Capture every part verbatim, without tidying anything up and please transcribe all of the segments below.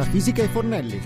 Fisica e Fornelli.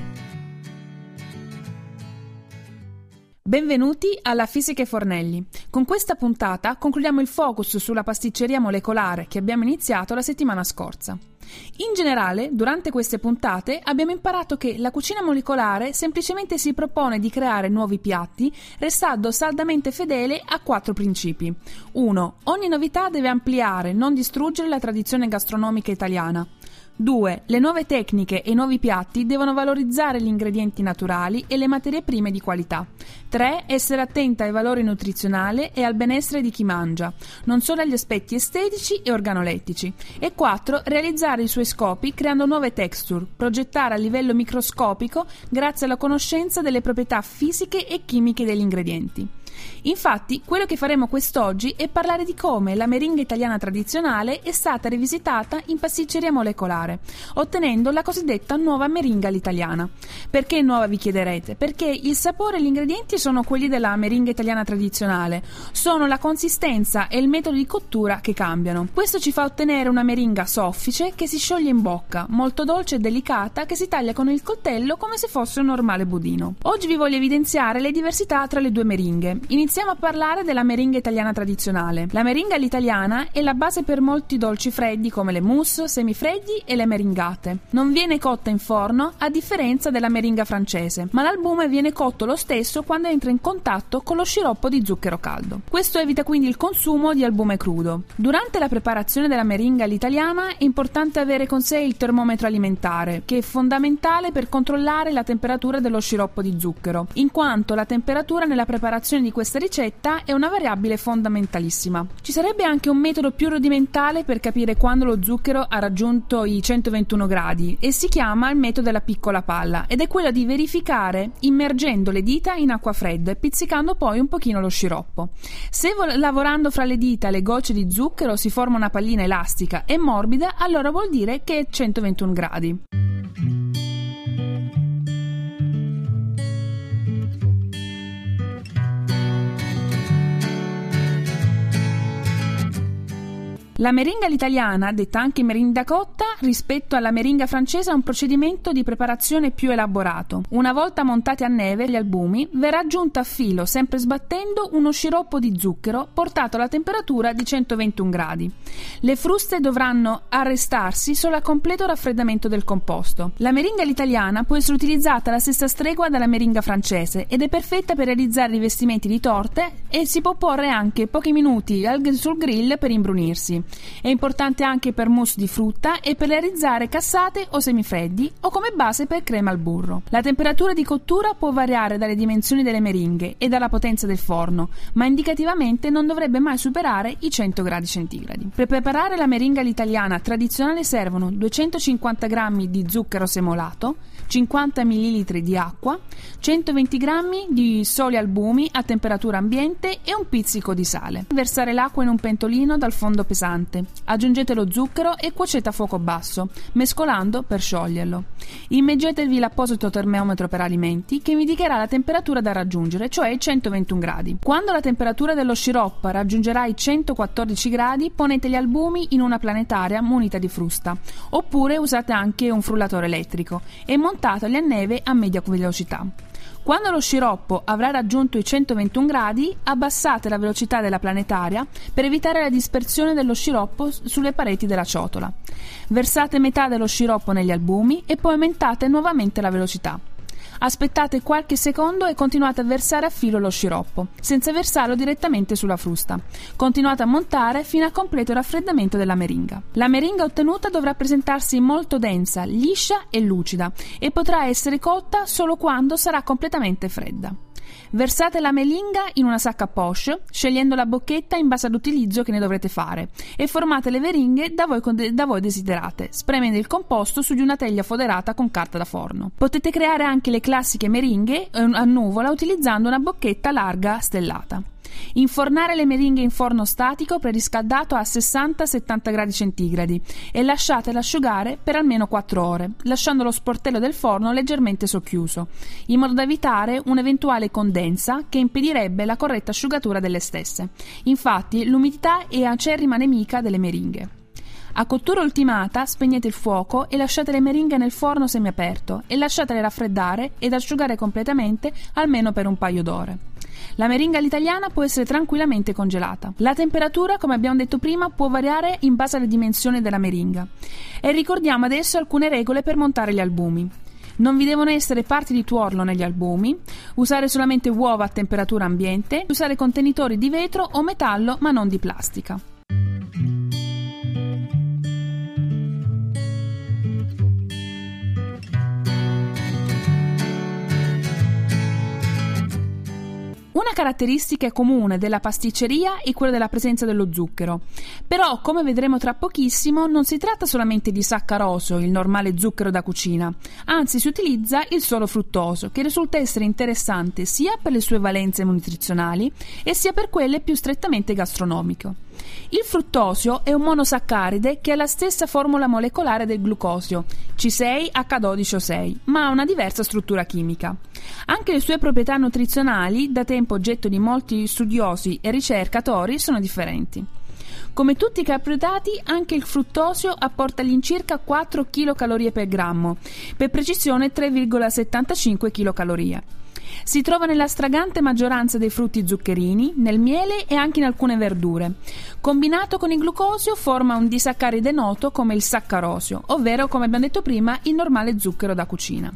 Benvenuti alla Fisica e Fornelli. Con questa puntata concludiamo il focus sulla pasticceria molecolare che abbiamo iniziato la settimana scorsa. In generale, durante queste puntate abbiamo imparato che la cucina molecolare semplicemente si propone di creare nuovi piatti restando saldamente fedele a quattro principi. uno. Ogni novità deve ampliare, non distruggere la tradizione gastronomica italiana. due. Le nuove tecniche e i nuovi piatti devono valorizzare gli ingredienti naturali e le materie prime di qualità. tre. Essere attenta ai valori nutrizionali e al benessere di chi mangia, non solo agli aspetti estetici e organolettici. E quattro. Realizzare i suoi scopi creando nuove texture, progettare a livello microscopico grazie alla conoscenza delle proprietà fisiche e chimiche degli ingredienti. Infatti, quello che faremo quest'oggi è parlare di come la meringa italiana tradizionale è stata rivisitata in pasticceria molecolare, ottenendo la cosiddetta nuova meringa all'italiana. Perché nuova, vi chiederete? Perché il sapore e gli ingredienti sono quelli della meringa italiana tradizionale, sono la consistenza e il metodo di cottura che cambiano. Questo ci fa ottenere una meringa soffice che si scioglie in bocca, molto dolce e delicata che si taglia con il coltello come se fosse un normale budino. Oggi vi voglio evidenziare le diversità tra le due meringhe. Iniziamo a parlare della meringa italiana tradizionale. La meringa all'italiana è la base per molti dolci freddi come le mousse, semifreddi e le meringate. Non viene cotta in forno a differenza della meringa francese, ma l'albume viene cotto lo stesso quando entra in contatto con lo sciroppo di zucchero caldo. Questo evita quindi il consumo di albume crudo. Durante la preparazione della meringa all'italiana è importante avere con sé il termometro alimentare, che è fondamentale per controllare la temperatura dello sciroppo di zucchero, in quanto la temperatura nella preparazione di questa ricetta è una variabile fondamentalissima. Ci sarebbe anche un metodo più rudimentale per capire quando lo zucchero ha raggiunto i centoventuno gradi e si chiama il metodo della piccola palla ed è quello di verificare immergendo le dita in acqua fredda e pizzicando poi un pochino lo sciroppo. Se vo- lavorando fra le dita le gocce di zucchero si forma una pallina elastica e morbida, allora vuol dire che è centoventuno gradi. La meringa all'italiana, detta anche meringa cotta, rispetto alla meringa francese ha un procedimento di preparazione più elaborato. Una volta montati a neve gli albumi, verrà aggiunto a filo, sempre sbattendo, uno sciroppo di zucchero portato alla temperatura di centoventuno gradi. Le fruste dovranno arrestarsi solo a completo raffreddamento del composto. La meringa all'italiana può essere utilizzata alla stessa stregua della meringa francese ed è perfetta per realizzare rivestimenti di torte e si può porre anche pochi minuti sul grill per imbrunirsi. È importante anche per mousse di frutta e per realizzare cassate o semifreddi o come base per crema al burro. La temperatura di cottura può variare dalle dimensioni delle meringhe e dalla potenza del forno, ma indicativamente non dovrebbe mai superare i cento gradi centigradi. Per preparare la meringa all'italiana tradizionale servono duecentocinquanta grammi di zucchero semolato, cinquanta millilitri di acqua, centoventi grammi di soli albumi a temperatura ambiente e un pizzico di sale. Versare l'acqua in un pentolino dal fondo pesante. Aggiungete lo zucchero e cuocete a fuoco basso, mescolando per scioglierlo. Immergetevi l'apposito termometro per alimenti che vi indicherà la temperatura da raggiungere, cioè i centoventuno gradi. Quando la temperatura dello sciroppo raggiungerà i centoquattordici gradi, ponete gli albumi in una planetaria munita di frusta, oppure usate anche un frullatore elettrico e montateli a neve a media velocità. Quando lo sciroppo avrà raggiunto i centoventuno gradi, abbassate la velocità della planetaria per evitare la dispersione dello sciroppo sulle pareti della ciotola. Versate metà dello sciroppo negli albumi e poi aumentate nuovamente la velocità. Aspettate qualche secondo e continuate a versare a filo lo sciroppo, senza versarlo direttamente sulla frusta. Continuate a montare fino al completo raffreddamento della meringa. La meringa ottenuta dovrà presentarsi molto densa, liscia e lucida e potrà essere cotta solo quando sarà completamente fredda. Versate la melinga in una sacca poche, scegliendo la bocchetta in base all'utilizzo che ne dovrete fare, e formate le meringhe da voi, da voi desiderate, spremendo il composto su di una teglia foderata con carta da forno. Potete creare anche le classiche meringhe a nuvola utilizzando una bocchetta larga stellata. Infornare le meringhe in forno statico preriscaldato a sessanta settanta gradi centigradi e lasciatele asciugare per almeno quattro ore, lasciando lo sportello del forno leggermente socchiuso, in modo da evitare un'eventuale condensa che impedirebbe la corretta asciugatura delle stesse. Infatti, l'umidità è acerrima nemica delle meringhe. A cottura ultimata spegnete il fuoco e lasciate le meringhe nel forno semiaperto e lasciatele raffreddare ed asciugare completamente almeno per un paio d'ore. La meringa all'italiana può essere tranquillamente congelata. La temperatura, come abbiamo detto prima, può variare in base alle dimensioni della meringa. E ricordiamo adesso alcune regole per montare gli albumi. Non vi devono essere parti di tuorlo negli albumi, usare solamente uova a temperatura ambiente, usare contenitori di vetro o metallo ma non di plastica. Una caratteristica comune della pasticceria è quella della presenza dello zucchero, però come vedremo tra pochissimo non si tratta solamente di saccaroso, il normale zucchero da cucina, anzi si utilizza il solo fruttoso, che risulta essere interessante sia per le sue valenze nutrizionali e sia per quelle più strettamente gastronomiche. Il fruttosio è un monosaccaride che ha la stessa formula molecolare del glucosio, C sei H dodici O sei, ma ha una diversa struttura chimica. Anche le sue proprietà nutrizionali, da tempo oggetto di molti studiosi e ricercatori, sono differenti. Come tutti i carboidrati, anche il fruttosio apporta all'incirca quattro chilocalorie per grammo, per precisione tre virgola settantacinque chilocalorie. Si trova nella stragrande maggioranza dei frutti zuccherini, nel miele e anche in alcune verdure. Combinato con il glucosio forma un disaccaride noto come il saccarosio, ovvero, come abbiamo detto prima, il normale zucchero da cucina.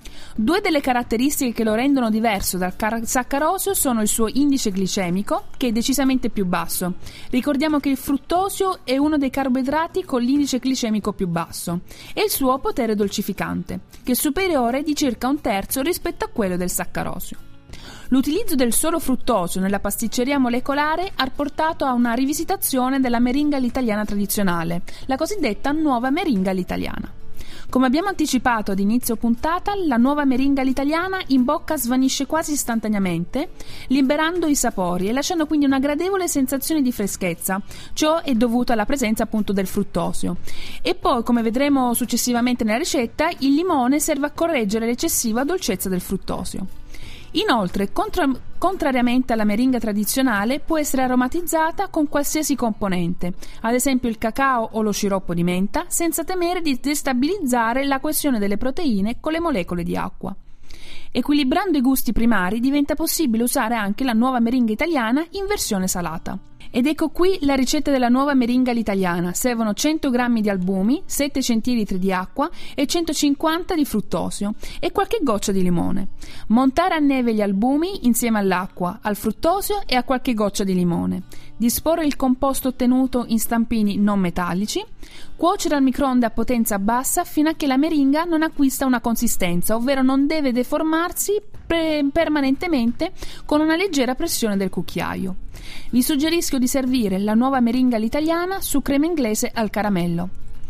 Due delle caratteristiche che lo rendono diverso dal car- saccarosio sono il suo indice glicemico, che è decisamente più basso. Ricordiamo che il fruttosio è uno dei carboidrati con l'indice glicemico più basso, e il suo potere dolcificante, che è superiore di circa un terzo rispetto a quello del saccarosio. L'utilizzo del solo fruttosio nella pasticceria molecolare ha portato a una rivisitazione della meringa all'italiana tradizionale, la cosiddetta nuova meringa all'italiana. Come abbiamo anticipato ad inizio puntata, la nuova meringa all'italiana in bocca svanisce quasi istantaneamente, liberando i sapori e lasciando quindi una gradevole sensazione di freschezza. Ciò è dovuto alla presenza appunto del fruttosio. E poi, come vedremo successivamente nella ricetta, il limone serve a correggere l'eccessiva dolcezza del fruttosio. Inoltre, contra- contrariamente alla meringa tradizionale, può essere aromatizzata con qualsiasi componente, ad esempio il cacao o lo sciroppo di menta, senza temere di destabilizzare la coesione delle proteine con le molecole di acqua. Equilibrando i gusti primari, diventa possibile usare anche la nuova meringa italiana in versione salata. Ed ecco qui la ricetta della nuova meringa all'italiana. Servono cento grammi di albumi, sette centilitri di acqua e centocinquanta di fruttosio e qualche goccia di limone. Montare a neve gli albumi insieme all'acqua, al fruttosio e a qualche goccia di limone. Disporre il composto ottenuto in stampini non metallici. Cuocere al microonde a potenza bassa fino a che la meringa non acquista una consistenza, ovvero non deve deformarsi pre- permanentemente con una leggera pressione del cucchiaio. Vi suggerisco di servire la nuova meringa all'italiana su crema inglese al caramello.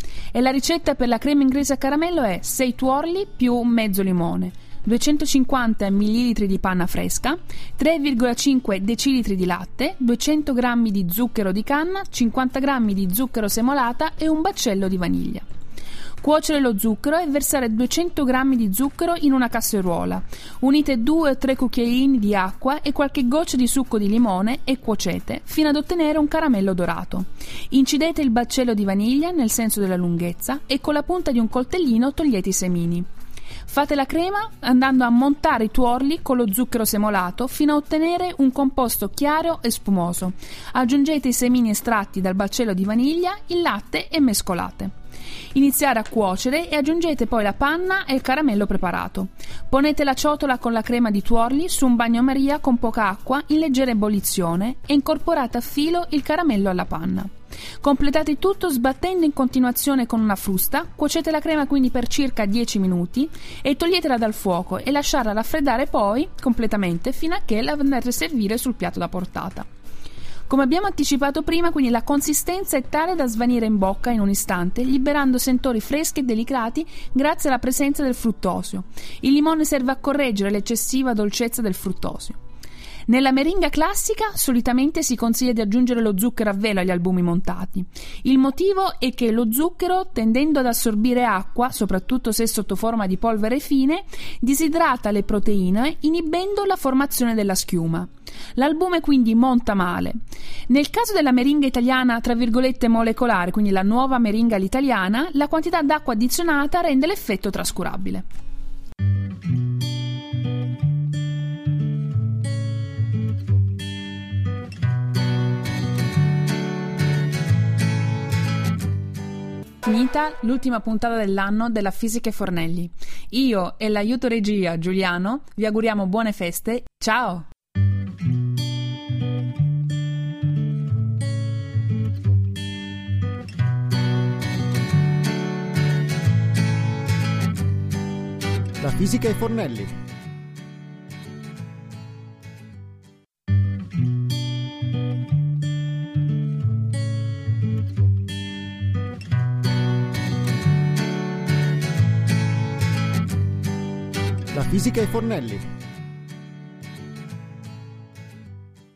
E la ricetta per la crema inglese al caramello è sei tuorli più mezzo limone, duecentocinquanta millilitri di panna fresca, tre virgola cinque decilitri di latte, duecento grammi di zucchero di canna, cinquanta grammi di zucchero semolata e un baccello di vaniglia. Cuocere lo zucchero e versare duecento grammi di zucchero in una casseruola. Unite due o tre cucchiaini di acqua e qualche goccia di succo di limone e cuocete fino ad ottenere un caramello dorato. Incidete il baccello di vaniglia nel senso della lunghezza e con la punta di un coltellino togliete i semini. Fate la crema andando a montare i tuorli con lo zucchero semolato fino a ottenere un composto chiaro e spumoso. Aggiungete i semini estratti dal baccello di vaniglia, il latte e mescolate. Iniziare a cuocere e aggiungete poi la panna e il caramello preparato. Ponete la ciotola con la crema di tuorli su un bagnomaria con poca acqua in leggera ebollizione e incorporate a filo il caramello alla panna. Completate tutto sbattendo in continuazione con una frusta, cuocete la crema quindi per circa dieci minuti e toglietela dal fuoco e lasciarla raffreddare poi completamente fino a che la andrete a servire sul piatto da portata. Come abbiamo anticipato prima, quindi la consistenza è tale da svanire in bocca in un istante, liberando sentori freschi e delicati grazie alla presenza del fruttosio. Il limone serve a correggere l'eccessiva dolcezza del fruttosio. Nella meringa classica solitamente si consiglia di aggiungere lo zucchero a velo agli albumi montati. Il motivo è che lo zucchero, tendendo ad assorbire acqua, soprattutto se sotto forma di polvere fine, disidrata le proteine inibendo la formazione della schiuma. L'albume quindi monta male. Nel caso della meringa italiana tra virgolette molecolare, quindi la nuova meringa all'italiana, la quantità d'acqua addizionata rende l'effetto trascurabile. Finita l'ultima puntata dell'anno della Fisica e Fornelli. Io e l'aiuto regia Giuliano vi auguriamo buone feste. Ciao! La Fisica e Fornelli. La Fisica e Fornelli.